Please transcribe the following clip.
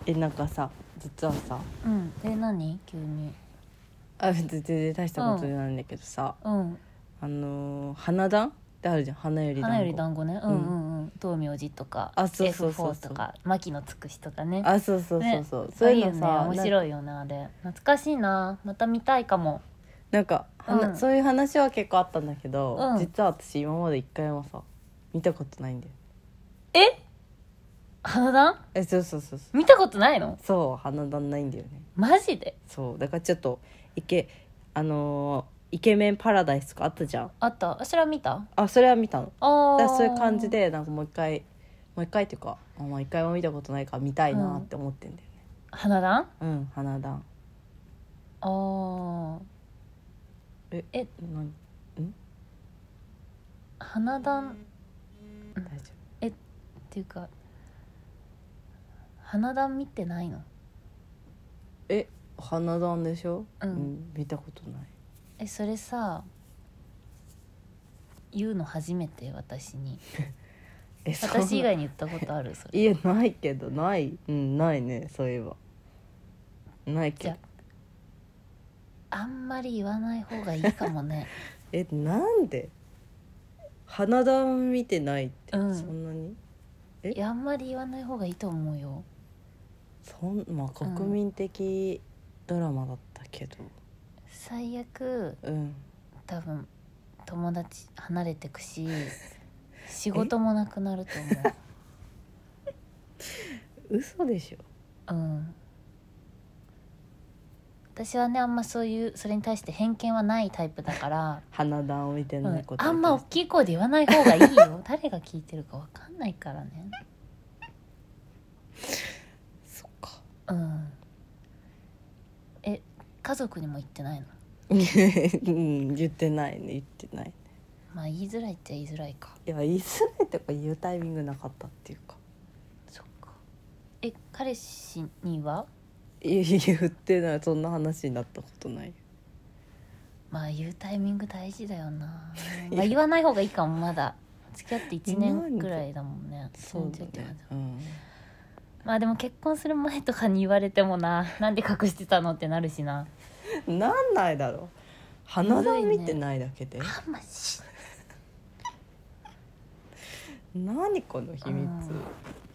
なんかさ実はさ何急に全然大したことじゃないんだけどさ、花壇ってあるじゃん。花より団子ね。道明寺とかそうそうそう F4 とか牧野つくしとかね。 そうそうそうそう、 ね、 そういうのさ、 面白いよね。あれ懐かしいな。また見たいかも。 なんかそういう話は結構あったんだけど、実は私今まで一回もさ見たことないんだよ。 花壇そう見たことないの？ そう、花壇ないんだよね。 マジで？ そうだからちょっとイケメンパラダイスとかあったじゃん。 あった。それは見た？ それは見たの。だからそういう感じでなんかもう一回っていうか一回も見たことないから見たいなって思ってんだよね。 花壇？ 花壇。 花壇大丈夫っていうか花壇見てないの？ 花壇でしょ。見たことない。 それさ言うの初めて。私に私以外に言ったことある？それ。 いやないけど。ないね。そういえばないけど。じゃあんまり言わない方がいいかもね。 なんで？花壇見てないって、そんなに？ あんまり言わない方がいいと思うよ。 国民的ドラマだったけど、 最悪、多分友達離れてくし仕事もなくなると思う。嘘でしょ。 私はねあんまそれに対して偏見はないタイプだから花壇を見てないこと、 あんま大きい声で言わない方がいいよ。誰が聞いてるか分かんないからね。 そっか。 家族にも言ってないの？ 言ってないね。 まあ言いづらいっちゃ言いづらいか。 いや言いづらいとか言うタイミングなかったっていうか。 そっか。彼氏には？ 言ってない。そんな話になったことない。 まあ言うタイミング大事だよな。言わない方がいいかも。まだ付き合って1年くらいだもんね。 そうだね。 まあでも結婚する前とかに言われてもなんで隠してたのってなるしな。 なんないだろう。花壇見てないだけで。 マジ何この秘密。